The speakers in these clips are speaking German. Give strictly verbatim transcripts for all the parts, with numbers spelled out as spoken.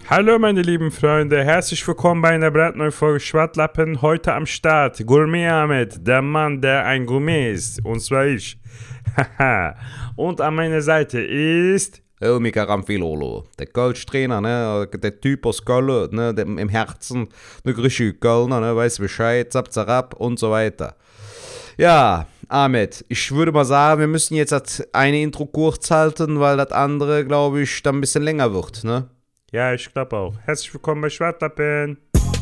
Hallo meine lieben Freunde, herzlich willkommen bei einer brandneuen Folge Schwartlappen. Heute am Start Gourmet Ahmed, der Mann, der ein Gourmet ist, und zwar ich. Und an meiner Seite ist... Mika Ramphilolo, der Coach-Trainer, ne? Der Typ aus Köln, ne? Der im Herzen, der richtige Kölner, ne? Weiß Bescheid, zap, zarab und so weiter. Ja, Ahmed, ich würde mal sagen, wir müssen jetzt das eine Intro kurz halten, weil das andere, glaube ich, dann ein bisschen länger wird, ne? Ja, ich glaube auch. Herzlich willkommen bei Schwartlappen.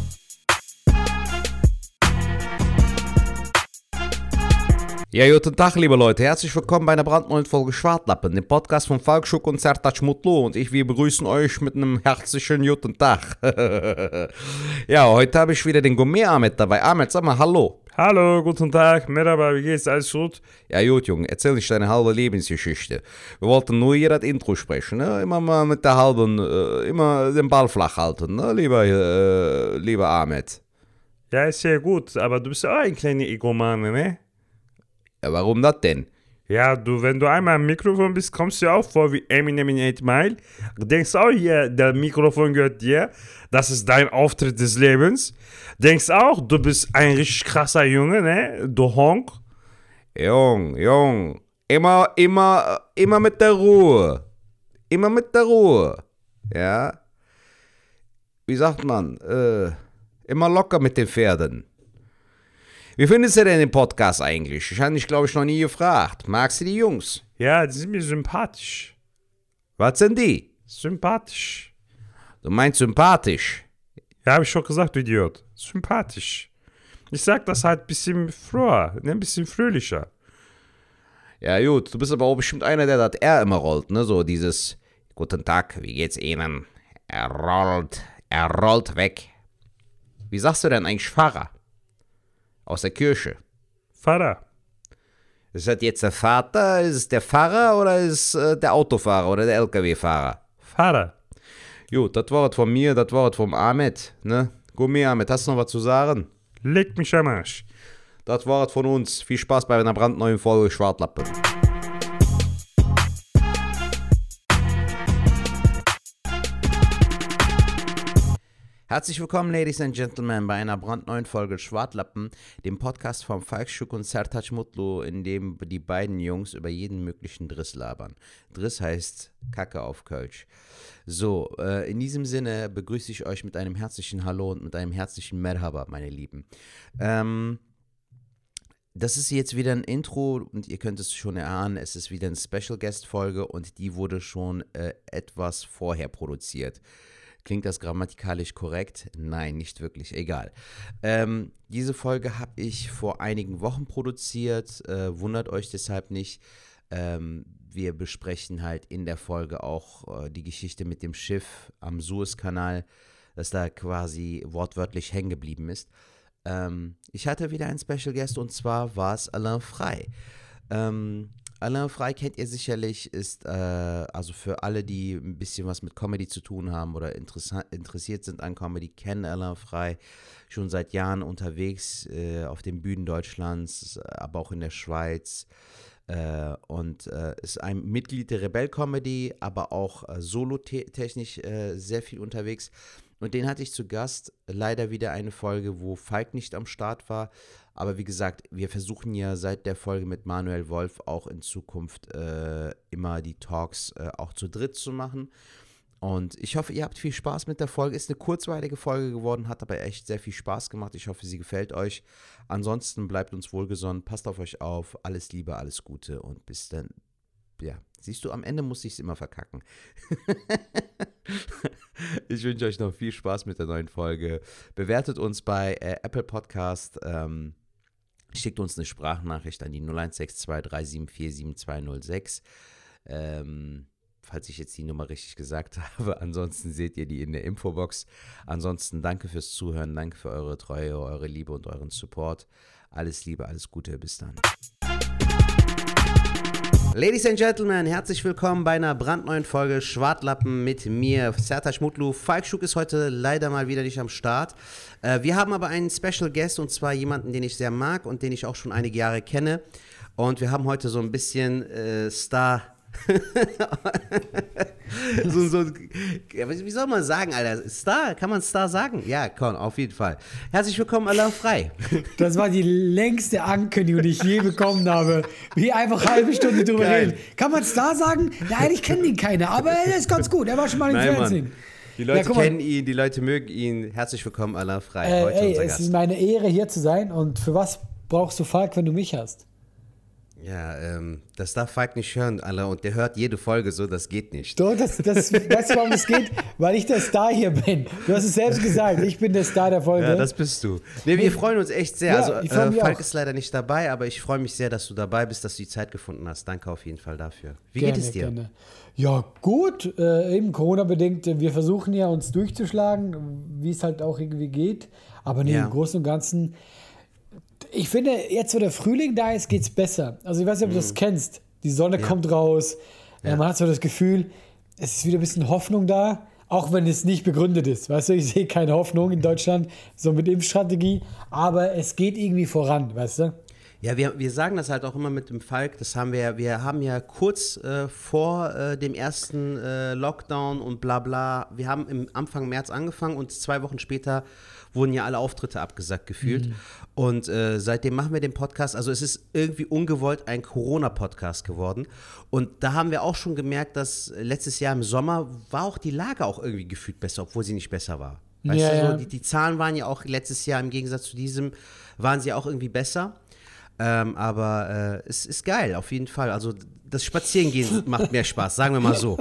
Ja, guten Tag, liebe Leute. Herzlich willkommen bei einer brandneuen Folge Schwartlappen, dem Podcast von Falk Schuck und Sertac Mutlu. Und ich, wir begrüßen euch mit einem herzlichen guten Tag. Ja, heute habe ich wieder den Gourmet Ahmed dabei. Ahmed, sag mal Hallo. Hallo, guten Tag, Merhaba, wie geht's? Alles gut? Ja gut, Junge, erzähl nicht deine halbe Lebensgeschichte. Wir wollten nur hier das Intro sprechen, ne? Immer mal mit der halben, äh, immer den Ball flach halten, ne? Lieber, äh, lieber Ahmed. Ja, ist sehr gut, aber du bist auch ein kleiner Egomane, ne? Ja, warum das denn? Ja, du, wenn du einmal am Mikrofon bist, kommst du auch vor wie Eminem in eight Mile. Du denkst auch, hier, der Mikrofon gehört dir. Das ist dein Auftritt des Lebens. Denkst auch, du bist ein richtig krasser Junge, ne? Du Honk. Jung, Jung, immer, immer, immer mit der Ruhe. Immer mit der Ruhe. Ja? Wie sagt man? Äh, immer locker mit den Pferden. Wie findest du denn den Podcast eigentlich? Ich habe dich, glaube ich, noch nie gefragt. Magst du die Jungs? Ja, die sind mir sympathisch. Was sind die? Sympathisch. Du meinst sympathisch? Ja, habe ich schon gesagt, du Idiot. Sympathisch. Ich sag das halt ein bisschen früher, ne? Ein bisschen fröhlicher. Ja gut, du bist aber auch bestimmt einer, der das R immer rollt, ne? So dieses, guten Tag, wie geht's Ihnen? Er rollt, er rollt weg. Wie sagst du denn eigentlich Pfarrer? Aus der Kirche. Pfarrer. Ist das jetzt der Vater, ist es der Pfarrer oder ist es äh, der Autofahrer oder der L K W-Fahrer? Pfarrer. Gut, das war es von mir, das war es vom Ahmed, ne? Gourmet Ahmed, hast du noch was zu sagen? Leg mich am Arsch. Das war es von uns. Viel Spaß bei einer brandneuen Folge Schwartlappen. Herzlich willkommen, Ladies and Gentlemen, bei einer brandneuen Folge Schwartlappen, dem Podcast von Falk Schuck und Sertac Mutlu, in dem die beiden Jungs über jeden möglichen Driss labern. Driss heißt Kacke auf Kölsch. So, äh, in diesem Sinne begrüße ich euch mit einem herzlichen Hallo und mit einem herzlichen Merhaba, meine Lieben. Ähm, das ist jetzt wieder ein Intro und ihr könnt es schon erahnen, es ist wieder eine Special Guest Folge und die wurde schon äh, etwas vorher produziert. Klingt das grammatikalisch korrekt? Nein, nicht wirklich, egal. Ähm, diese Folge habe ich vor einigen Wochen produziert, äh, wundert euch deshalb nicht. Ähm, wir besprechen halt in der Folge auch äh, die Geschichte mit dem Schiff am Suezkanal, das da quasi wortwörtlich hängen geblieben ist. Ähm, ich hatte wieder einen Special Guest und zwar war es Alain Frey. Ähm, Alain Frey kennt ihr sicherlich, ist äh, also für alle, die ein bisschen was mit Comedy zu tun haben oder interessiert sind an Comedy, kennen Alain Frey, schon seit Jahren unterwegs äh, auf den Bühnen Deutschlands, aber auch in der Schweiz äh, und äh, ist ein Mitglied der Rebell Comedy, aber auch äh, solotechnisch äh, sehr viel unterwegs. Und den hatte ich zu Gast, leider wieder eine Folge, wo Falk nicht am Start war. Aber wie gesagt, wir versuchen ja seit der Folge mit Manuel Wolf auch in Zukunft äh, immer die Talks äh, auch zu dritt zu machen. Und ich hoffe, ihr habt viel Spaß mit der Folge. Ist eine kurzweilige Folge geworden, hat aber echt sehr viel Spaß gemacht. Ich hoffe, sie gefällt euch. Ansonsten bleibt uns wohlgesonnen, passt auf euch auf. Alles Liebe, alles Gute und bis dann. Ja, siehst du, am Ende muss ich es immer verkacken. Ich wünsche euch noch viel Spaß mit der neuen Folge. Bewertet uns bei äh, Apple Podcast. Ähm, schickt uns eine Sprachnachricht an die null eins sechs zwei drei sieben vier sieben zwei null sechs. Ähm, falls ich jetzt die Nummer richtig gesagt habe. Ansonsten seht ihr die in der Infobox. Ansonsten danke fürs Zuhören, danke für eure Treue, eure Liebe und euren Support. Alles Liebe, alles Gute, bis dann. Ladies and Gentlemen, herzlich willkommen bei einer brandneuen Folge Schwartlappen mit mir, Sertac Mutlu. Falk Schuck ist heute leider mal wieder nicht am Start. Äh, wir haben aber einen Special Guest und zwar jemanden, den ich sehr mag und den ich auch schon einige Jahre kenne. Und wir haben heute so ein bisschen äh, Star so, so, wie soll man sagen, Alter? Star, kann man Star sagen? Ja, komm, auf jeden Fall. Herzlich willkommen, Alain Frei. Das war die längste Ankündigung, die ich je bekommen habe. Wie einfach eine halbe Stunde drüber Geil. reden. Kann man Star sagen? Nein, ich kenne ihn keiner, aber er ist ganz gut. Er war schon mal im Nein, Fernsehen. Mann. Die Leute Ja, kennen ihn, die Leute mögen ihn. Herzlich willkommen, Alain Frei. Äh, heute ey, unser es Gast. ist meine Ehre, hier zu sein. Und für was brauchst du Falk, wenn du mich hast? Ja, ähm, das darf Falk nicht hören, Alain. Und der hört jede Folge so, das geht nicht. Doch, das, das, weißt du, warum es geht? Weil ich der Star hier bin. Du hast es selbst gesagt, ich bin der Star der Folge. Ja, das bist du. Nee, wir freuen uns echt sehr. Ja, also, ich freu äh, mich Falk auch. ist leider nicht dabei, aber ich freue mich sehr, dass du dabei bist, dass du die Zeit gefunden hast. Danke auf jeden Fall dafür. Wie Gerne, geht es dir? Gerne. Ja, gut, äh, eben Corona-bedingt. Wir versuchen ja, uns durchzuschlagen, wie es halt auch irgendwie geht. Aber nee, Ja. im Großen und Ganzen, ich finde, jetzt, wo der Frühling da ist, geht es besser. Also ich weiß nicht, ob du das kennst. Die Sonne Ja. kommt raus. Äh, Ja. man hat so das Gefühl, es ist wieder ein bisschen Hoffnung da, auch wenn es nicht begründet ist. Weißt du, ich sehe keine Hoffnung in Deutschland, so mit Impfstrategie, aber es geht irgendwie voran, weißt du? Ja, wir, wir sagen das halt auch immer mit dem Falk, das haben wir, wir haben ja kurz äh, vor äh, dem ersten äh, Lockdown und bla bla, wir haben im Anfang März angefangen und zwei Wochen später wurden ja alle Auftritte abgesagt gefühlt. Mhm. Und äh, seitdem machen wir den Podcast, also es ist irgendwie ungewollt ein Corona-Podcast geworden. Und da haben wir auch schon gemerkt, dass letztes Jahr im Sommer war auch die Lage auch irgendwie gefühlt besser, obwohl sie nicht besser war. Weißt Ja, du, so, ja. die, die Zahlen waren ja auch letztes Jahr im Gegensatz zu diesem, waren sie auch irgendwie besser. Ähm, aber äh, es ist geil, auf jeden Fall. Also das Spazierengehen macht mehr Spaß, sagen wir mal so.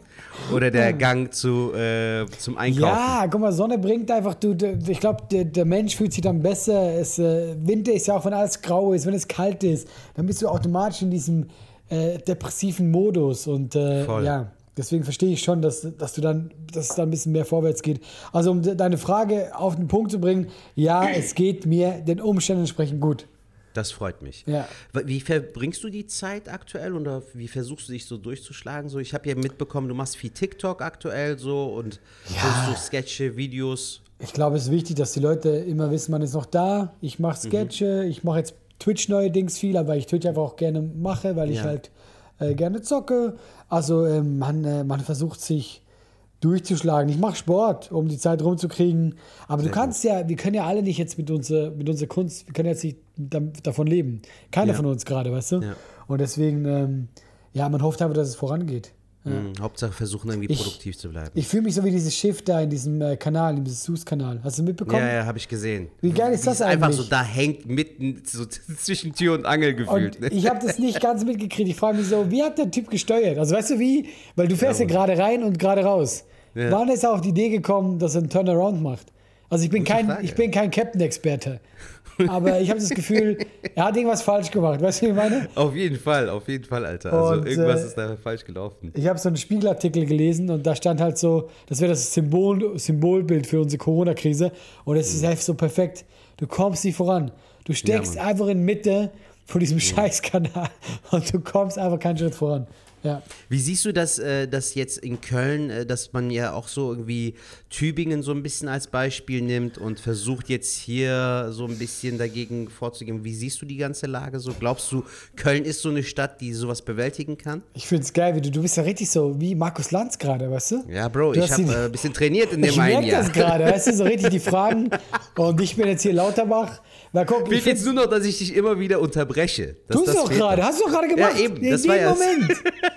Oder der Gang zu, äh, zum Einkaufen. Ja, guck mal, Sonne bringt einfach, du, du ich glaube, der, der Mensch fühlt sich dann besser. Es, äh, Winter ist ja auch, wenn alles grau ist, wenn es kalt ist, dann bist du automatisch in diesem äh, depressiven Modus. Und äh, Voll. ja, deswegen verstehe ich schon, dass, dass du dann, dass es dann ein bisschen mehr vorwärts geht. Also um de- deine Frage auf den Punkt zu bringen, ja, es geht mir den Umständen entsprechend gut. Das freut mich. Ja. Wie verbringst du die Zeit aktuell oder wie versuchst du dich so durchzuschlagen? So, ich habe ja mitbekommen, du machst viel TikTok aktuell so und Ja. so Sketche, Videos. Ich glaube, es ist wichtig, dass die Leute immer wissen, man ist noch da. Ich mache Sketche, ich mache jetzt Twitch neuerdings viel, aber ich Twitch einfach auch gerne mache, weil ich Ja. halt äh, gerne zocke. Also ähm, man, äh, man versucht sich durchzuschlagen. Ich mache Sport, um die Zeit rumzukriegen. Aber Sehr du kannst ja, wir können ja alle nicht jetzt mit unserer, mit unserer Kunst, wir können jetzt nicht da, davon leben. Keiner Ja. von uns gerade, weißt du? Ja. Und deswegen, ähm, ja, man hofft einfach, dass es vorangeht. Mhm. Hauptsache versuchen irgendwie Ich- produktiv zu bleiben. Ich fühle mich so wie dieses Schiff da in diesem äh, Kanal, in diesem Suez-Kanal. Hast du mitbekommen? Ja, ja, habe ich gesehen. Wie geil ist Wie das es einfach eigentlich? so da hängt, mitten so zwischen Tür und Angel gefühlt. Und Ne? ich habe das nicht ganz mitgekriegt. Ich frage mich so, wie hat der Typ gesteuert? Also weißt du wie? Weil du fährst ja, gerade rein und gerade raus. Ja. Wann ist er auf die Idee gekommen, dass er einen Turnaround macht? Also ich bin Gute kein, Frage. ich bin kein Captain-Experte. Aber ich habe das Gefühl, er hat irgendwas falsch gemacht. Weißt du, wie ich meine? Auf jeden Fall, auf jeden Fall, Alter. Also Und, irgendwas äh, ist da falsch gelaufen. Ich habe so einen Spiegelartikel gelesen und da stand halt so, das wäre das Symbol, Symbolbild für unsere Corona-Krise. Und es ist einfach so perfekt. Du kommst nicht voran. Du steckst Mann. einfach in Mitte von diesem Scheißkanal und du kommst einfach keinen Schritt voran. Ja. Wie siehst du das, äh, das jetzt in Köln, äh, dass man ja auch so irgendwie Tübingen so ein bisschen als Beispiel nimmt und versucht jetzt hier so ein bisschen dagegen vorzugehen? Wie siehst du die ganze Lage so? Glaubst du, Köln ist so eine Stadt, die sowas bewältigen kann? Ich finde es geil, wie du, du bist ja richtig so wie Markus Lanz gerade, weißt du? Ja, Bro, Du ich hast habe die- äh, ein bisschen trainiert in dem Ich einen merke Jahr. das gerade, weißt du, so richtig die Fragen. Und ich bin jetzt hier Lauterbach. Weil guck, Fehlt ich jetzt find, nur noch, dass ich dich immer wieder unterbreche. Das, tust das du doch fehlt gerade, noch. hast du doch gerade gemacht. Ja, eben, in das dem war ja- Moment.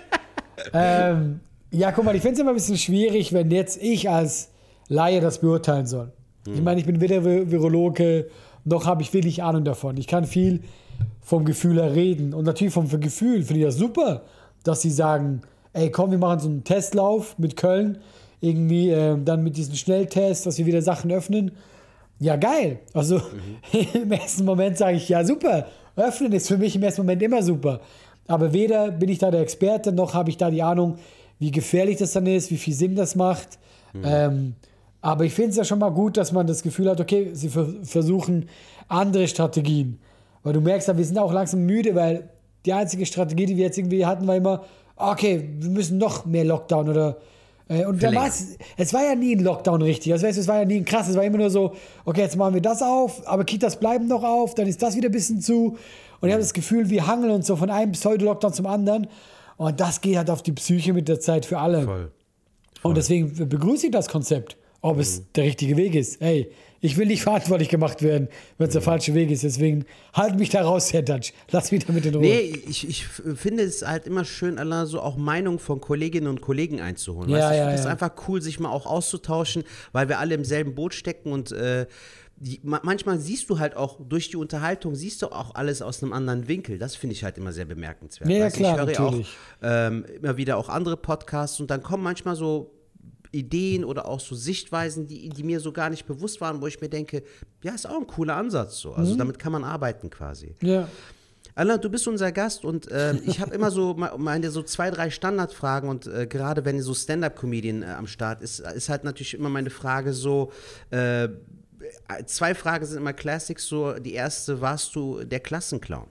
ähm, ja, guck mal, ich finde es immer ein bisschen schwierig, wenn jetzt ich als Laie das beurteilen soll. Ich meine, ich bin weder Vi- Virologe, noch habe ich wirklich Ahnung davon. Ich kann viel vom Gefühl her reden. Und natürlich vom Gefühl finde ich das super, dass sie sagen, ey, komm, wir machen so einen Testlauf mit Köln, irgendwie ähm, dann mit diesem Schnelltest, dass wir wieder Sachen öffnen. Ja, geil. Also im ersten Moment sage ich, ja, super. Öffnen ist für mich im ersten Moment immer super. Aber weder bin ich da der Experte, noch habe ich da die Ahnung, wie gefährlich das dann ist, wie viel Sinn das macht. Ähm, aber ich finde es ja schon mal gut, dass man das Gefühl hat, okay, sie ver- versuchen andere Strategien. Weil du merkst ja, wir sind auch langsam müde, weil die einzige Strategie, die wir jetzt irgendwie hatten, war immer, okay, wir müssen noch mehr Lockdown oder äh, und dann Verlängern. war's, es war ja nie ein Lockdown richtig. Also weißt du, es war ja nie ein krass, es war immer nur so, okay, jetzt machen wir das auf, aber Kitas bleiben noch auf, dann ist das wieder ein bisschen zu. Und ich habe das Gefühl, wir hangeln uns so von einem Pseudo-Lockdown zum anderen. Und das geht halt auf die Psyche mit der Zeit für alle. Voll. Und deswegen begrüße ich das Konzept, ob es Mhm. der richtige Weg ist. Hey, ich will nicht verantwortlich gemacht werden, wenn es der falsche Weg ist. Deswegen halt mich da raus, Sertac. Lass mich damit in Ruhe. Nee, ich, ich finde es halt immer schön, Allah, so auch Meinungen von Kolleginnen und Kollegen einzuholen. Ja, weißt du? Ich ja, finde es ja. einfach cool, sich mal auch auszutauschen, weil wir alle im selben Boot stecken und äh, die, ma- manchmal siehst du halt auch durch die Unterhaltung, siehst du auch alles aus einem anderen Winkel. Das finde ich halt immer sehr bemerkenswert. Ja, ja, Weißt du, klar, ich höre ja auch natürlich. ähm, immer wieder auch andere Podcasts und dann kommen manchmal so Ideen oder auch so Sichtweisen, die, die mir so gar nicht bewusst waren, wo ich mir denke, ja, ist auch ein cooler Ansatz so. Also damit kann man arbeiten quasi. Ja. Alain, du bist unser Gast und äh, ich habe immer so me- meine so zwei, drei Standardfragen und äh, gerade wenn so Stand-Up-Comedian äh, am Start ist, ist halt natürlich immer meine Frage so, äh, zwei Fragen sind immer Classics, so die erste, warst du der Klassenclown,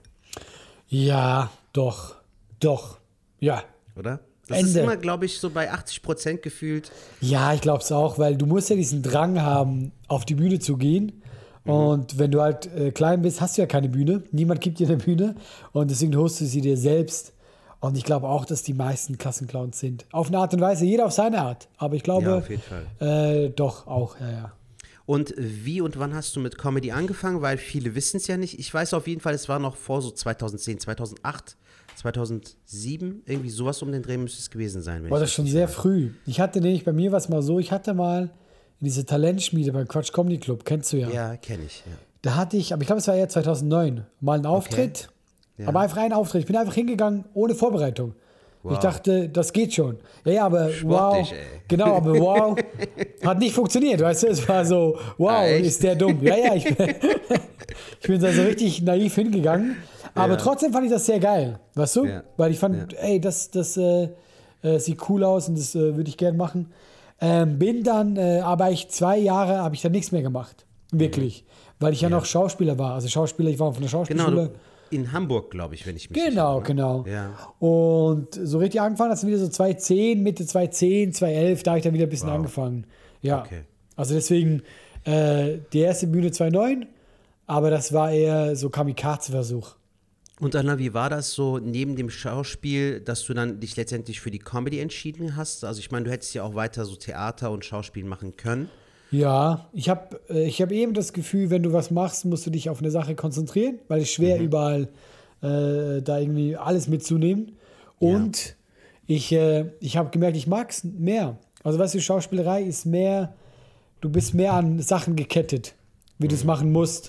Ja, doch. Doch. Ja. oder? Das ist Ende. immer, glaube ich, so bei achtzig Prozent gefühlt. Ja, ich glaube es auch, weil du musst ja diesen Drang haben, auf die Bühne zu gehen. Und wenn du halt äh, klein bist, hast du ja keine Bühne. Niemand gibt dir eine Bühne. Und deswegen holst du sie dir selbst. Und ich glaube auch, dass die meisten Klassenclowns sind. Auf eine Art und Weise, jeder auf seine Art. Aber ich glaube, Ja, auf jeden Fall. Äh, doch auch, ja, ja. Und wie und wann hast du mit Comedy angefangen? Weil viele wissen es ja nicht. Ich weiß auf jeden Fall, es war noch vor so zweitausendzehn, zweitausendacht, zweitausendsieben, irgendwie sowas um den Dreh müsste es gewesen sein. Wenn War ich das das schon nicht sehr irre. früh. Ich hatte nämlich, bei mir war es mal so, ich hatte mal in diese Talentschmiede beim Quatsch Comedy Club, kennst du ja. Ja, kenne ich, ja. Da hatte ich, aber ich glaube, es war eher zweitausendneun, mal einen Auftritt. Ja. Aber einfach einen Auftritt. Ich bin einfach hingegangen, ohne Vorbereitung. Wow. Ich dachte, das geht schon. Ja, ja, aber Sportlich, wow. ey. Genau, aber wow. Hat nicht funktioniert, weißt du? Es war so, wow, Ah, echt? ist der dumm. Ja, ja, ich bin, ich bin da so richtig naiv hingegangen. Aber Ja. trotzdem fand ich das sehr geil, weißt du? Ja. Weil ich fand, ey, das, das äh, äh, sieht cool aus und das äh, würde ich gerne machen. Ähm, bin dann, äh, aber ich zwei Jahre habe ich dann nichts mehr gemacht. Wirklich. Weil ich ja, noch Schauspieler war. Also Schauspieler, ich war von der Genau, Schauspielschule. du, in Hamburg, glaube ich, wenn ich mich Genau, nicht irre, ne? genau. Ja. Und so richtig angefangen hat es wieder so zweitausendzehn, Mitte zweitausendzehn, zweitausendelf, da habe ich dann wieder ein bisschen Wow. angefangen. Ja. Okay. Also deswegen äh, die erste Bühne zweitausendneun, aber das war eher so Kamikaze-Versuch. Und Anna, wie war das so neben dem Schauspiel, dass du dann dich letztendlich für die Comedy entschieden hast? Also ich meine, du hättest ja auch weiter so Theater und Schauspiel machen können. Ja, ich habe äh, ich hab eben das Gefühl, wenn du was machst, musst du dich auf eine Sache konzentrieren, weil es schwer überall äh, da irgendwie alles mitzunehmen. Und ich, äh, ich habe gemerkt, ich mag es mehr. Also weißt du, Schauspielerei ist mehr, du bist mehr an Sachen gekettet, wie du es machen musst.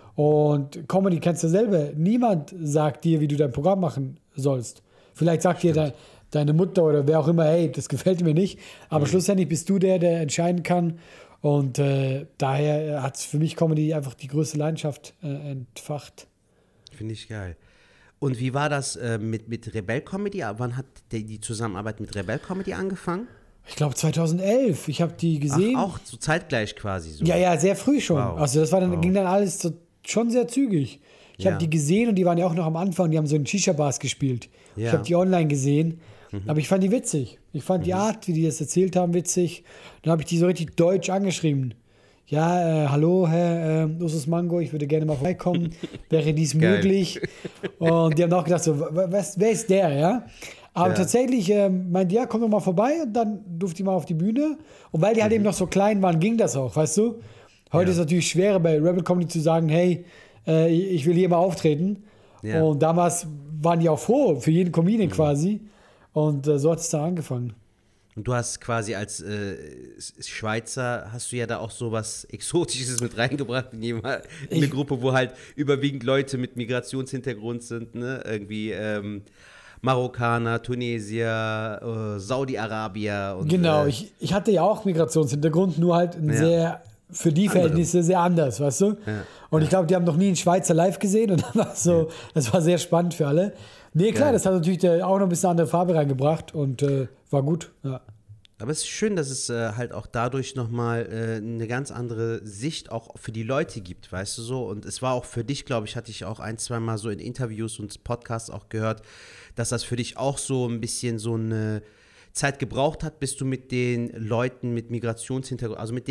Und Comedy kennst du selber. Niemand sagt dir, wie du dein Programm machen sollst. Vielleicht sagt dir de deine Mutter oder wer auch immer, hey, das gefällt mir nicht. Aber schlussendlich bist du der, der entscheiden kann. Und äh, daher hat es für mich Comedy einfach die größte Leidenschaft äh, entfacht. Finde ich geil. Und wie war das äh, mit, mit Rebell Comedy? Wann hat die, die Zusammenarbeit mit Rebell Comedy angefangen? Ich glaube zweitausendelf. Ich habe die gesehen. Ach, auch so zeitgleich quasi so. Ja, ja, sehr früh schon. Wow. Also das war dann, Wow. ging dann alles so, schon sehr zügig. Ich Ja. habe die gesehen und die waren ja auch noch am Anfang, die haben so in Shisha-Bars gespielt. Ich Ja. habe die online gesehen, aber ich fand die witzig. Ich fand die Art, wie die das erzählt haben, witzig. Dann habe ich die so richtig deutsch angeschrieben. Ja, äh, hallo, Herr äh, Usus Mango, ich würde gerne mal vorbeikommen. Wäre dies Geil. möglich? Und die haben auch gedacht, so, was, wer ist der, ja? Aber Ja. tatsächlich äh, meinte, ja, komm doch mal vorbei und dann durfte ich mal auf die Bühne. Und weil die halt eben noch so klein waren, ging das auch, weißt du? Heute Ja. ist es natürlich schwerer bei Rebel Comedy zu sagen, hey, äh, ich will hier mal auftreten. Ja. Und damals waren die auch froh, für jeden Comedian quasi. Und äh, so hat es dann angefangen. Und du hast quasi als äh, Schweizer, hast du ja da auch so was Exotisches mit reingebracht in, jemand, in eine Ich- Gruppe, wo halt überwiegend Leute mit Migrationshintergrund sind, ne? Irgendwie ähm, Marokkaner, Tunesier, äh, Saudi-Arabier. und, Genau, äh, ich, ich hatte ja auch Migrationshintergrund, nur halt ein Ja. sehr, für die Andere. Verhältnisse sehr anders, weißt du? Ja. Und ich glaube, die haben noch nie einen Schweizer live gesehen und das war so, das war sehr spannend für alle. Nee, klar, Geil. das hat natürlich der, auch noch ein bisschen andere Farbe reingebracht und äh, war gut, ja. Aber es ist schön, dass es äh, halt auch dadurch nochmal äh, eine ganz andere Sicht auch für die Leute gibt, weißt du so. Und es war auch für dich, glaube ich, hatte ich auch ein, zwei Mal so in Interviews und Podcasts auch gehört, dass das für dich auch so ein bisschen so eine Zeit gebraucht hat, bis du mit den Leuten mit Migrationshintergrund, also mit den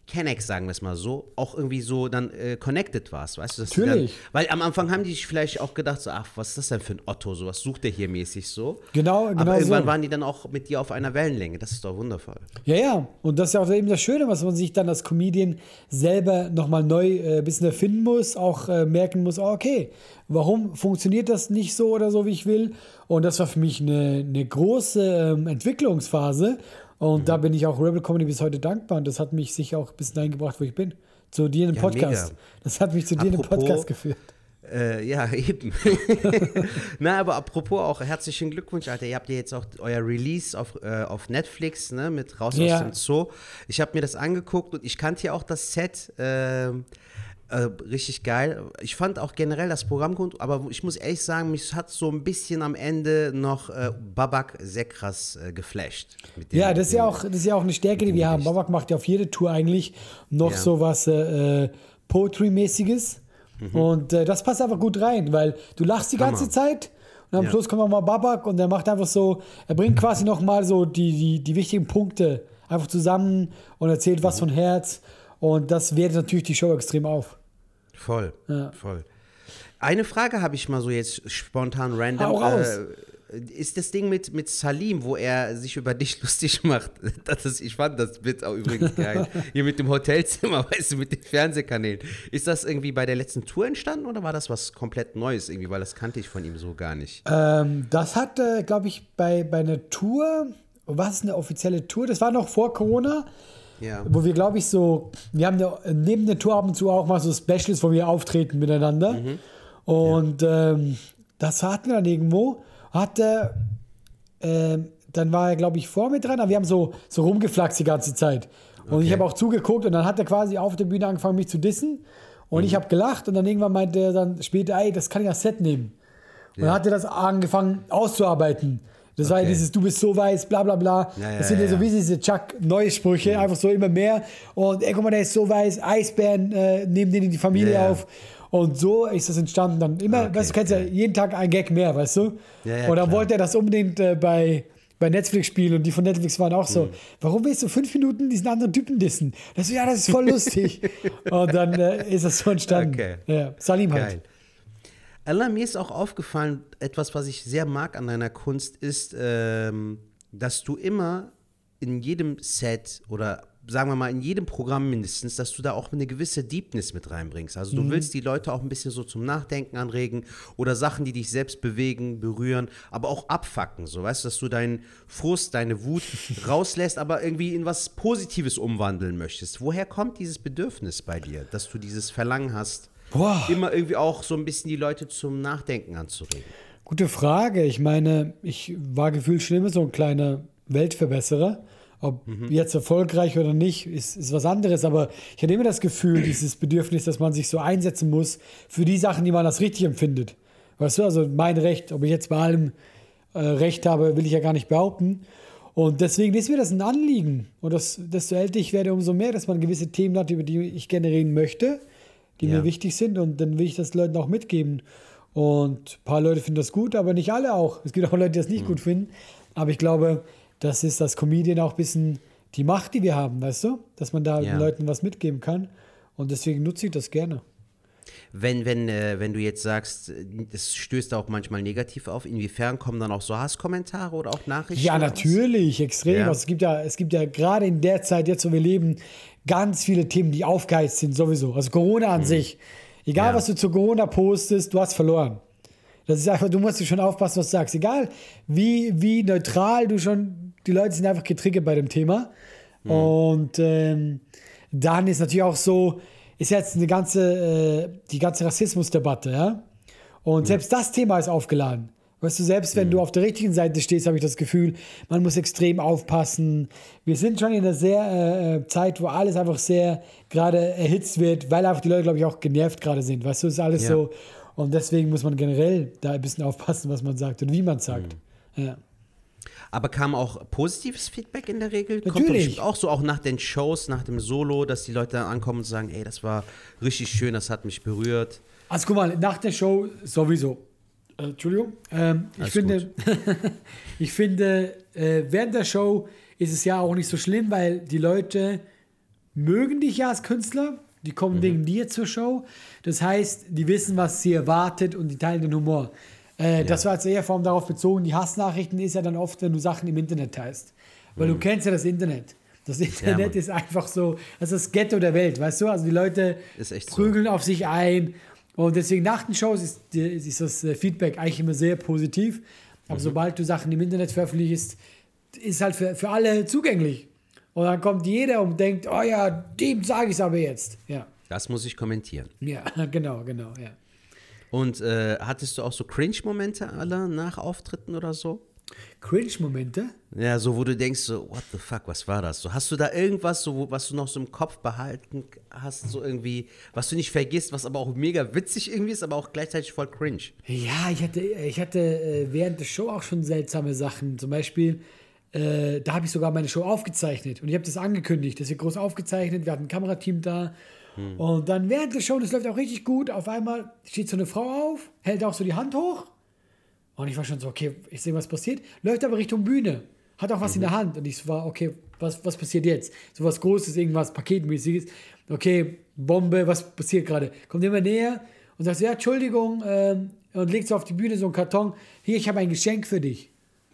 Kennex, sagen wir es mal so, auch irgendwie so dann äh, connected warst, weißt du? Dass Natürlich. Dann, weil am Anfang haben die sich vielleicht auch gedacht, so, ach, was ist das denn für ein Otto, so was sucht der hier mäßig so. Genau, genau Aber irgendwann so. waren die dann auch mit dir auf einer Wellenlänge, das ist doch wundervoll. Ja, ja, und das ist ja auch eben das Schöne, was man sich dann als Comedian selber nochmal neu ein äh, bisschen erfinden muss, auch äh, merken muss, oh, okay, warum funktioniert das nicht so oder so, wie ich will? Und das war für mich eine, eine große ähm, Entwicklungsphase. Und mhm. da bin ich auch Rebel Comedy bis heute dankbar. Und das hat mich sicher auch ein bisschen dahin gebracht, wo ich bin. Zu dir im Ja, Podcast. mega. Das hat mich zu dir im Podcast geführt. Äh, ja, eben. Na, aber apropos auch herzlichen Glückwunsch, Alter. Ihr habt ja jetzt auch euer Release auf, äh, auf Netflix, ne, mit Raus ja. aus dem Zoo. Ich habe mir das angeguckt und ich kannte ja auch das Set. Äh, Äh, richtig geil. Ich fand auch generell das Programm gut, aber ich muss ehrlich sagen, mich hat so ein bisschen am Ende noch äh, Babak sehr krass äh, geflasht. Mit dem, ja, das ist ja, auch, das ist ja auch eine Stärke, die wir haben. Babak macht ja auf jede Tour eigentlich noch ja. so was äh, Poetry-mäßiges. Mhm. Und äh, das passt einfach gut rein, weil du lachst die ganze Hammer. Zeit und am ja. Schluss kommt auch mal Babak und der macht einfach so, er bringt quasi nochmal so die, die, die wichtigen Punkte einfach zusammen und erzählt was mhm. von Herz. Und das wertet natürlich die Show extrem auf. Voll, ja. voll. Eine Frage habe ich mal so jetzt spontan random. Hau raus. Äh, ist das Ding mit, mit Salim, wo er sich über dich lustig macht? Das ist, ich fand das Bit auch übrigens geil. Hier mit dem Hotelzimmer, weißt du, mit den Fernsehkanälen. Ist das irgendwie bei der letzten Tour entstanden oder war das was komplett Neues irgendwie? Weil das kannte ich von ihm so gar nicht. Ähm, das hat, äh, glaube ich, bei, bei einer Tour, was ist eine offizielle Tour? Das war noch vor Corona. Ja. Wo wir, glaube ich, so, wir haben ja neben der Tour ab und zu auch mal so Specials, wo wir auftreten miteinander. Mhm. Und ja. ähm, das hatten wir dann irgendwo. Hatte, ähm, dann war er, glaube ich, vor mir dran, aber wir haben so, so rumgeflaxt die ganze Zeit. Und okay. ich habe auch zugeguckt und dann hat er quasi auf der Bühne angefangen, mich zu dissen. Und mhm. ich habe gelacht und dann irgendwann meinte er dann später, ey, das kann ich als Set nehmen. Und ja. dann hat er das angefangen auszuarbeiten. Das okay. war ja dieses, du bist so weiß, bla bla bla. Ja, ja, das sind ja, ja so wie diese Chuck-Neue-Sprüche, ja. einfach so immer mehr. Und ey, guck mal, der ist so weiß, Eisbären äh, nehmen den in die Familie ja, auf. Und so ist das entstanden. Dann immer, okay, weißt du, kennst ja okay. jeden Tag ein Gag mehr, weißt du? Ja, ja, und dann klar. wollte er das unbedingt äh, bei, bei Netflix spielen und die von Netflix waren auch so, mhm. warum willst du fünf Minuten diesen anderen Typen dissen? Das so, ja, das ist voll lustig. Und dann äh, ist das so entstanden. Okay. Ja, Salim halt. Geil. Allah, mir ist auch aufgefallen, etwas, was ich sehr mag an deiner Kunst, ist, ähm, dass du immer in jedem Set oder sagen wir mal in jedem Programm mindestens, dass du da auch eine gewisse Deepness mit reinbringst. Also du mhm. willst die Leute auch ein bisschen so zum Nachdenken anregen oder Sachen, die dich selbst bewegen, berühren, aber auch abfacken. So, weißt du, dass du deinen Frust, deine Wut rauslässt, aber irgendwie in was Positives umwandeln möchtest. Woher kommt dieses Bedürfnis bei dir, dass du dieses Verlangen hast, Boah. immer irgendwie auch so ein bisschen die Leute zum Nachdenken anzuregen? Gute Frage. Ich meine, ich war gefühlt schon immer so ein kleiner Weltverbesserer. Ob mhm. jetzt erfolgreich oder nicht, ist, ist was anderes. Aber ich hatte immer das Gefühl, dieses Bedürfnis, dass man sich so einsetzen muss für die Sachen, die man als richtig empfindet. Weißt du, also mein Recht, ob ich jetzt bei allem äh, Recht habe, will ich ja gar nicht behaupten. Und deswegen ist mir das ein Anliegen. Und das, desto älter ich werde, umso mehr, dass man gewisse Themen hat, über die ich gerne reden möchte, die ja. mir wichtig sind. Und dann will ich das Leuten auch mitgeben. Und ein paar Leute finden das gut, aber nicht alle auch. Es gibt auch Leute, die das nicht mhm. gut finden. Aber ich glaube, das ist als Comedian auch ein bisschen die Macht, die wir haben, weißt du? Dass man da ja. den Leuten was mitgeben kann. Und deswegen nutze ich das gerne. Wenn, wenn, äh, wenn du jetzt sagst, das stößt auch manchmal negativ auf, inwiefern kommen dann auch so Hasskommentare oder auch Nachrichten? Ja, natürlich, extrem. Ja. Also es gibt ja, es gibt ja gerade in der Zeit, jetzt wo wir leben, ganz viele Themen, die aufgeheizt sind sowieso. Also Corona an mhm. sich. Egal, ja. was du zu Corona postest, du hast verloren. Das ist einfach, du musst schon aufpassen, was du sagst. Egal, wie, wie neutral du schon, die Leute sind einfach getriggert bei dem Thema. Mhm. Und ähm, dann ist natürlich auch so, ist jetzt eine ganze, äh, die ganze Rassismusdebatte, ja. Und mhm. selbst das Thema ist aufgeladen. Weißt du, selbst wenn mhm. du auf der richtigen Seite stehst, habe ich das Gefühl, man muss extrem aufpassen. Wir sind schon in einer sehr äh, Zeit, wo alles einfach sehr gerade erhitzt wird, weil einfach die Leute, glaube ich, auch genervt gerade sind. Weißt du, ist alles ja. so. Und deswegen muss man generell da ein bisschen aufpassen, was man sagt und wie man es sagt. Mhm. Ja. Aber kam auch positives Feedback in der Regel? Natürlich. Kommt bestimmt auch so, auch nach den Shows, nach dem Solo, dass die Leute dann ankommen und sagen, ey, das war richtig schön, das hat mich berührt. Also guck mal, nach der Show sowieso. Äh, Entschuldigung. Ähm, ich, finde, ich finde, äh, während der Show ist es ja auch nicht so schlimm, weil die Leute mögen dich ja als Künstler, die kommen mhm. wegen dir zur Show. Das heißt, die wissen, was sie erwartet und die teilen den Humor. Äh, ja. Das war jetzt eher vor allem darauf bezogen, die Hassnachrichten ist ja dann oft, wenn du Sachen im Internet teilst. Weil mhm. du kennst ja das Internet. Das Internet ja, ist einfach so, das ist das Ghetto der Welt, weißt du? Also die Leute prügeln so. auf sich ein. Und deswegen nach den Shows ist, ist das Feedback eigentlich immer sehr positiv. Aber mhm. sobald du Sachen im Internet veröffentlichst, ist halt für, für alle zugänglich. Und dann kommt jeder und denkt, oh ja, dem sage ich es aber jetzt. Ja. Das muss ich kommentieren. Ja, genau, genau, ja. Und äh, hattest du auch so Cringe-Momente alle nach Auftritten oder so? Cringe-Momente? Ja, so wo du denkst, so, what the fuck, was war das? So, hast du da irgendwas, so, was du noch so im Kopf behalten hast, so irgendwie, was du nicht vergisst, was aber auch mega witzig irgendwie ist, aber auch gleichzeitig voll cringe? Ja, ich hatte, ich hatte äh, während der Show auch schon seltsame Sachen. Zum Beispiel, äh, da habe ich sogar meine Show aufgezeichnet und ich habe das angekündigt. Das wird groß aufgezeichnet, wir hatten ein Kamerateam da. Hm. Und dann während der Show, das läuft auch richtig gut, auf einmal steht so eine Frau auf, hält auch so die Hand hoch. Und ich war schon so, okay, ich sehe, was passiert. Läuft aber Richtung Bühne. Hat auch was mhm. in der Hand. Und ich war, okay, was, was passiert jetzt? So was Großes, irgendwas Paketmäßiges. Okay, Bombe, was passiert gerade? Kommt immer näher und sagt, ja, Entschuldigung. Ähm, und legt so auf die Bühne so einen Karton. Hier, ich habe ein Geschenk für dich.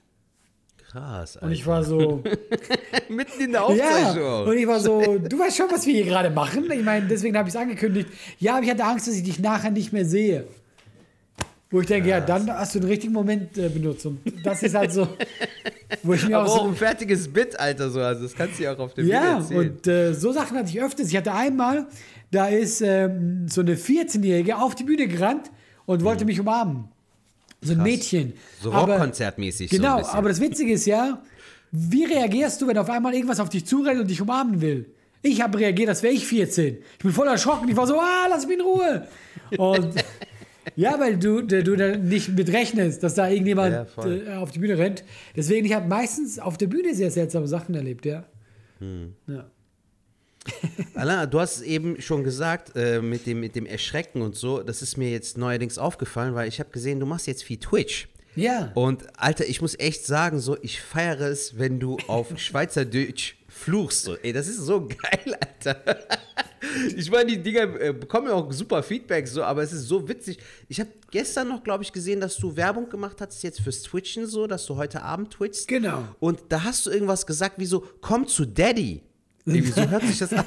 Krass, Alter. Und ich war so... Mitten in der Aufzeichnung. Ja, und ich war so, du weißt schon, was wir hier gerade machen. Ich meine, deswegen habe ich es angekündigt. Ja, aber ich hatte Angst, dass ich dich nachher nicht mehr sehe. Wo ich denke, Krass. ja, dann hast du den richtigen Moment äh, benutzt. Und das ist halt so, wo ich mir aber auch so... auch ein fertiges Bit, Alter, so. Also das kannst du ja auch auf dem Video ja, erzählen. Ja, und äh, so Sachen hatte ich öfters. Ich hatte einmal, da ist ähm, so eine vierzehnjährige auf die Bühne gerannt und wollte mhm. mich umarmen. So ein Krass. Mädchen. So Rockkonzertmäßig. Genau, so ein aber das Witzige ist ja, wie reagierst du, wenn auf einmal irgendwas auf dich zurennt und dich umarmen will? Ich habe reagiert, als wäre ich vierzehn. Ich bin voll erschrocken. Ich war so, ah, lass mich in Ruhe. Und... Ja, weil du, du da nicht mit rechnest, dass da irgendjemand ja, äh, auf die Bühne rennt. Deswegen, ich habe meistens auf der Bühne sehr seltsame Sachen erlebt, ja. Hm. ja. Alain, du hast es eben schon gesagt, äh, mit, dem, mit dem Erschrecken und so, das ist mir jetzt neuerdings aufgefallen, weil ich habe gesehen, du machst jetzt viel Twitch. Ja. Und Alter, ich muss echt sagen, so, ich feiere es, wenn du auf Schweizerdeutsch fluchst. So. Ey, das ist so geil, Alter. Ich meine, die Dinger äh, bekommen ja auch super Feedback, so, aber es ist so witzig. Ich habe gestern noch, glaube ich, gesehen, dass du Werbung gemacht hast jetzt fürs Twitchen, so, dass du heute Abend twitchst. Genau. Und da hast du irgendwas gesagt, wie so, komm zu Daddy. Ey, wieso hört sich das an?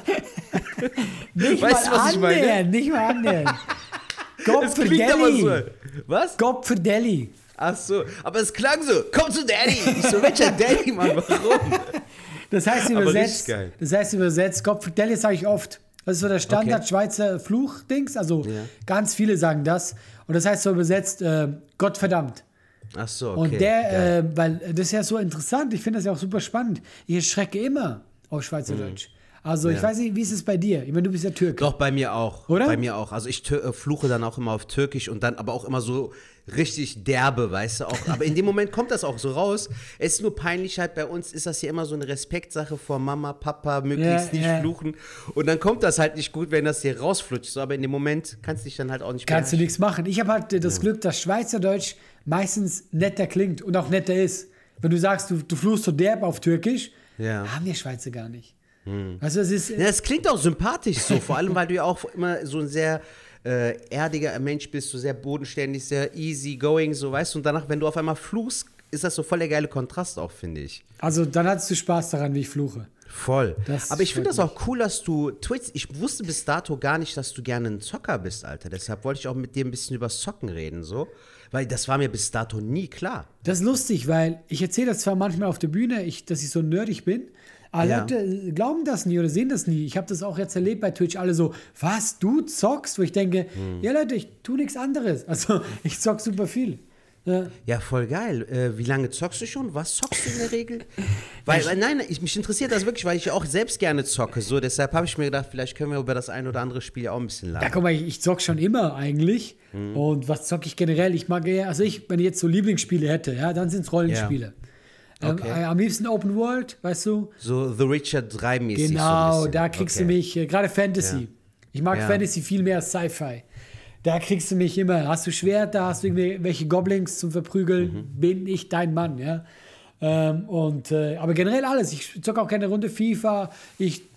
Nicht weißt mal du, was annähern, ich meine? Nicht mal annähern. Gott für Delhi. So. Was? Gott für Delhi. Ach so, aber es klang so, komm zu Daddy. Ich so, welcher Daddy, Mann, warum? Das heißt übersetzt, das heißt übersetzt, Gott für Delhi sage ich oft. Das ist so der Standard-Schweizer okay. Fluch-Dings. Also ja. ganz viele sagen das. Und das heißt so übersetzt, äh, Gott verdammt. Ach so, okay. Und der, äh, weil das ist ja so interessant. Ich finde das ja auch super spannend. Ich erschrecke immer auf Schweizerdeutsch. Mhm. Also ja. ich weiß nicht, wie ist es bei dir? Ich meine, du bist ja Türke. Doch, bei mir auch. Oder? Bei mir auch. Also ich tö- fluche dann auch immer auf Türkisch und dann aber auch immer so richtig derbe, weißt du auch. Aber in dem Moment kommt das auch so raus. Es ist nur peinlich halt, bei uns ist das hier immer so eine Respektsache vor Mama, Papa, möglichst ja, nicht ja. fluchen. Und dann kommt das halt nicht gut, wenn das hier rausflutscht. So, aber in dem Moment kannst du dich dann halt auch nicht mehr... Kannst du nichts machen. Ich habe halt das ja. Glück, dass Schweizerdeutsch meistens netter klingt und auch netter ist. Wenn du sagst, du, du fluchst so derb auf Türkisch, ja. haben wir Schweizer gar nicht. Hm. Also es ist, ja, das klingt auch sympathisch so, vor allem, weil du ja auch immer so ein sehr äh, erdiger Mensch bist, so sehr bodenständig, sehr easy going, so, weißt du, und danach, wenn du auf einmal fluchst, ist das so voll der geile Kontrast auch, finde ich. Also dann hattest du Spaß daran, wie ich fluche. Voll. Das Aber ich finde das auch cool, dass du Twitch, ich wusste bis dato gar nicht, dass du gerne ein Zocker bist, Alter, deshalb wollte ich auch mit dir ein bisschen über Zocken reden, so, weil das war mir bis dato nie klar. Das ist lustig, weil ich erzähle das zwar manchmal auf der Bühne, ich, dass ich so nerdig bin, aber ja. Leute glauben das nie oder sehen das nie. Ich habe das auch jetzt erlebt bei Twitch. Alle so, was, du zockst? Wo ich denke, hm. ja Leute, ich tue nichts anderes. Also ich zock super viel. Ja, ja voll geil. Äh, wie lange zockst du schon? Was zockst du in der Regel? Weil, weil nein, ich, mich interessiert das wirklich, weil ich auch selbst gerne zocke. So, deshalb habe ich mir gedacht, vielleicht können wir über das ein oder andere Spiel ja auch ein bisschen lernen. Ja, guck mal, ich, ich zock schon immer eigentlich. Hm. Und was zocke ich generell? Ich mag eher, also ich, wenn ich jetzt so Lieblingsspiele hätte, ja, dann sind es Rollenspiele. Ja. Okay. Ähm, am liebsten Open World, weißt du? So The Witcher drei mäßig. Genau, so da kriegst okay. du mich, äh, gerade Fantasy. Ja. Ich mag ja. Fantasy viel mehr als Sci-Fi. Da kriegst du mich immer, hast du Schwert, da hast du irgendwelche Goblins zum Verprügeln, mhm. bin ich dein Mann, ja. Ähm, und, äh, aber generell alles. Ich zocke auch keine Runde FIFA. Ich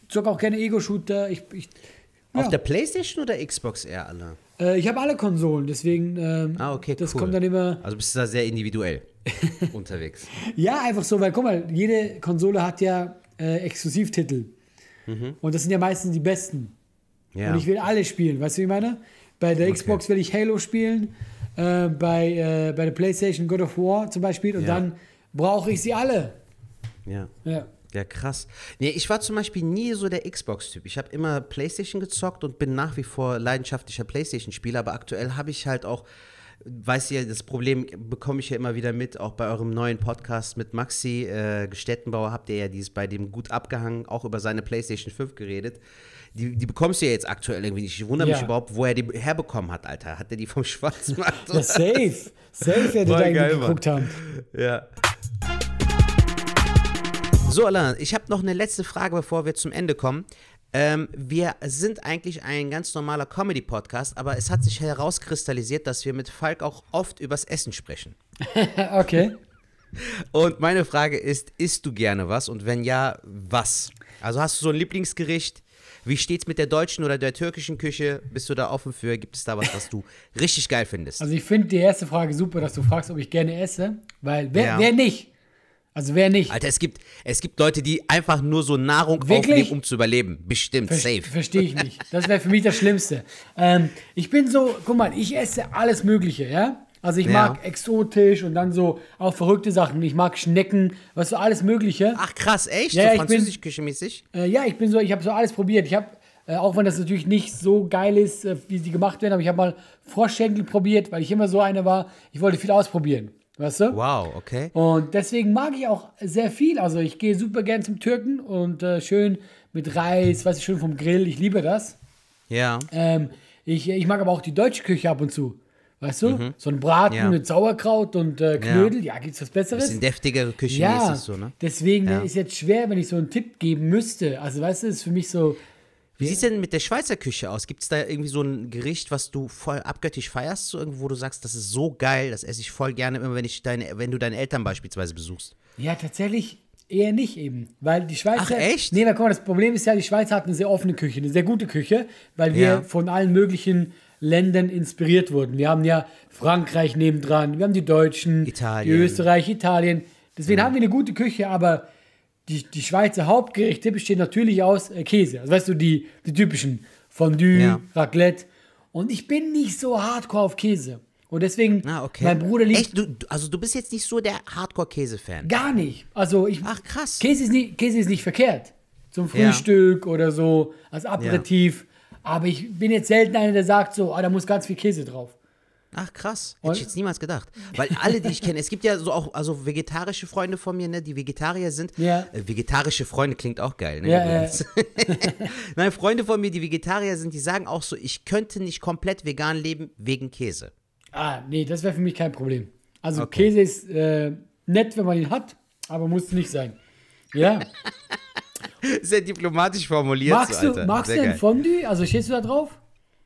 zocke auch gerne Ego-Shooter. Ich, ich, Auf ja. der Playstation oder Xbox eher alle? Äh, ich habe alle Konsolen, deswegen ähm, Ah, okay, das cool. kommt dann immer. Also bist du da sehr individuell unterwegs. Ja, einfach so, weil guck mal, jede Konsole hat ja äh, Exklusivtitel. Mhm. Und das sind ja meistens die besten. Ja. Und ich will alle spielen, weißt du, wie ich meine? Bei der Okay. Xbox will ich Halo spielen, äh, bei, äh, bei der PlayStation God of War zum Beispiel und Ja. dann brauche ich sie alle. Ja. Ja. Ja, krass. Nee, ich war zum Beispiel nie so der Xbox-Typ. Ich habe immer PlayStation gezockt und bin nach wie vor leidenschaftlicher PlayStation-Spieler, aber aktuell habe ich halt auch, weiß ihr, das Problem bekomme ich ja immer wieder mit, auch bei eurem neuen Podcast mit Maxi äh, Gestettenbauer habt ihr ja dieses bei dem gut abgehangen, auch über seine PlayStation fünf geredet. Die, die bekommst du ja jetzt aktuell irgendwie nicht. Ich wundere Ja. mich überhaupt, wo er die herbekommen hat, Alter. Hat er die vom Schwarzmarkt? Ja, safe. Safe, wer die Voll da geil, irgendwie geguckt haben. Ja. So, Alain, ich habe noch eine letzte Frage, bevor wir zum Ende kommen. Ähm, wir sind eigentlich ein ganz normaler Comedy-Podcast, aber es hat sich herauskristallisiert, dass wir mit Falk auch oft übers Essen sprechen. Okay. Und meine Frage ist, isst du gerne was? Und wenn ja, was? Also hast du so ein Lieblingsgericht? Wie steht's mit der deutschen oder der türkischen Küche? Bist du da offen für? Gibt es da was, was du richtig geil findest? Also ich finde die erste Frage super, dass du fragst, ob ich gerne esse, weil wer, Ja. wer nicht? Also wer nicht? Alter, es gibt, es gibt Leute, die einfach nur so Nahrung Wirklich? aufnehmen, um zu überleben. Bestimmt, Ver- safe. Verstehe ich nicht. Das wäre für mich das Schlimmste. Ähm, ich bin so, guck mal, ich esse alles Mögliche, ja? Also ich Ja. mag exotisch und dann so auch verrückte Sachen. Ich mag Schnecken, was so alles Mögliche. Ach krass, echt? Ja, so ich bin- französisch küchemäßig? Äh, ja, ich bin so, ich habe so alles probiert. Ich habe, äh, auch wenn das natürlich nicht so geil ist, äh, wie sie gemacht werden, aber ich habe mal Froschschenkel probiert, weil ich immer so einer war, ich wollte viel ausprobieren. Weißt du? Wow, okay. Und deswegen mag ich auch sehr viel. Also ich gehe super gern zum Türken und äh, schön mit Reis, weiß ich, schön vom Grill. Ich liebe das. Ja. Ähm, ich, ich mag aber auch die deutsche Küche ab und zu. Weißt du? So ein Braten Ja. mit Sauerkraut und äh, Knödel. Ja, gibt's was Besseres? Bisschen deftigere Küche Ja, mäßig so, ne? deswegen Ja. ist jetzt schwer, wenn ich so einen Tipp geben müsste. Also weißt du, ist für mich so, Wie sieht's denn mit der Schweizer Küche aus? Gibt es da irgendwie so ein Gericht, was du voll abgöttisch feierst, so irgendwo, wo du sagst, das ist so geil, das esse ich voll gerne, immer wenn ich deine, wenn du deine Eltern beispielsweise besuchst? ja, tatsächlich eher nicht eben. Weil die Schweizer. Ach, echt? Nee, weil guck mal, das Problem ist ja, die Schweiz hat eine sehr offene Küche, eine sehr gute Küche, weil wir Ja. von allen möglichen Ländern inspiriert wurden. Wir haben ja Frankreich nebendran, wir haben die Deutschen, Italien. die Österreich, Italien. Deswegen haben wir eine gute Küche, aber die, die Schweizer Hauptgerichte bestehen natürlich aus äh, Käse. Also weißt du, die, die typischen Fondue, Ja. Raclette. Und ich bin nicht so hardcore auf Käse. Und deswegen, Ah, okay. mein Bruder liebt Echt? Du, du- also du bist jetzt nicht so der Hardcore-Käse-Fan? gar nicht. Also ich, Ach, krass. Käse ist nicht, Käse ist nicht verkehrt. Zum Frühstück oder so, als Aperitif. Aber ich bin jetzt selten einer, der sagt so, ah, da muss ganz viel Käse drauf. Ach, krass. Hätte Und- ich jetzt niemals gedacht. Weil alle, die ich kenne, es gibt ja so auch also vegetarische Freunde von mir, ne, die Vegetarier sind. Ja. Äh, vegetarische Freunde klingt auch geil, ne? Ja, übrigens. Nein, Freunde von mir, die Vegetarier sind, die sagen auch so, ich könnte nicht komplett vegan leben wegen Käse. Ah, nee, das wäre für mich kein Problem. Also Okay. Käse ist äh, nett, wenn man ihn hat, aber muss nicht sein. Ja. Sehr diplomatisch formuliert. magst so, du, Alter. magst Sehr du ein geil. Fondue? Also stehst du da drauf?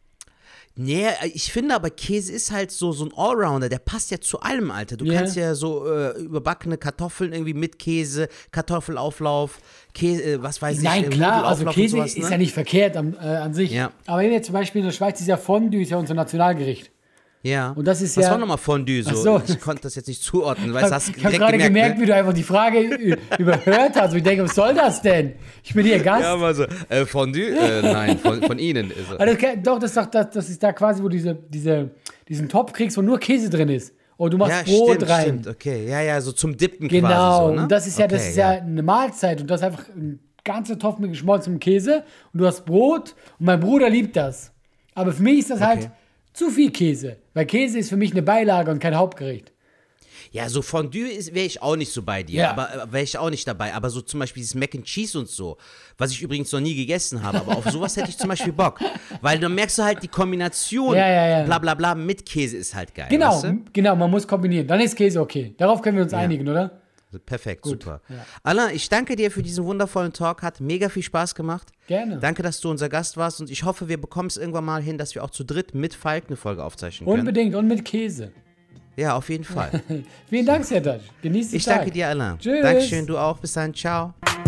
Nee, ich finde aber Käse ist halt so, so ein Allrounder, der passt ja zu allem, Alter. Du Ja. kannst ja so äh, überbackene Kartoffeln irgendwie mit Käse, Kartoffelauflauf, Käse, äh, was weiß Nein, ich, äh, klar, also Nudelauflauf Käse und sowas, ist ne? ja nicht verkehrt an, äh, an sich. Ja. Aber wenn wir zum Beispiel in der Schweiz, ist ja Fondue ist ja unser Nationalgericht. Ja. Und das ist Was ja- war nochmal Fondue so? Ach so. Ich konnte das jetzt nicht zuordnen, weil Ich hast habe direkt gerade gemerkt, gemerkt, ne? wie du einfach die Frage ü- überhört hast. Und ich denke, was soll das denn? Ich bin hier Gast. Ja, aber so, äh, Fondue? Äh, nein, von, von Ihnen ist er. Aber das, kann- doch, das ist, doch, das, das ist da quasi, wo du diese, diese, diesen Topf kriegst, wo nur Käse drin ist. Und du machst Ja, Brot stimmt, rein. stimmt, okay. Ja, ja, so zum Dippen Genau. quasi so, ne? Und das ist ja, das Okay, ist ja, eine Mahlzeit. Und das ist einfach ein ganzer Topf mit geschmolzenem Käse. Und du hast Brot. Und mein Bruder liebt das. Aber für mich ist das halt zu viel Käse. Weil Käse ist für mich eine Beilage und kein Hauptgericht. Ja, so Fondue wäre ich auch nicht so bei dir, Ja. aber äh, wäre ich auch nicht dabei. Aber so zum Beispiel dieses Mac and Cheese und so, was ich übrigens noch nie gegessen habe, aber auf sowas hätte ich zum Beispiel Bock. Weil dann merkst du halt, die Kombination Ja, ja, ja. bla bla bla mit Käse ist halt geil. Genau, Weißt du? genau, man muss kombinieren. Dann ist Käse okay. Darauf können wir uns einigen, oder? Perfekt, super. ja. Alain, ich danke dir für diesen wundervollen Talk, hat mega viel Spaß gemacht. Gerne. Danke, dass du unser Gast warst und ich hoffe, wir bekommen es irgendwann mal hin, dass wir auch zu dritt mit Falk eine Folge aufzeichnen können. Unbedingt und mit Käse. Ja, auf jeden Fall. Vielen Dank, Sertac. Genieß die Ich Tag. danke dir, Alain. Tschüss. Dankeschön, du auch. Bis dann, ciao.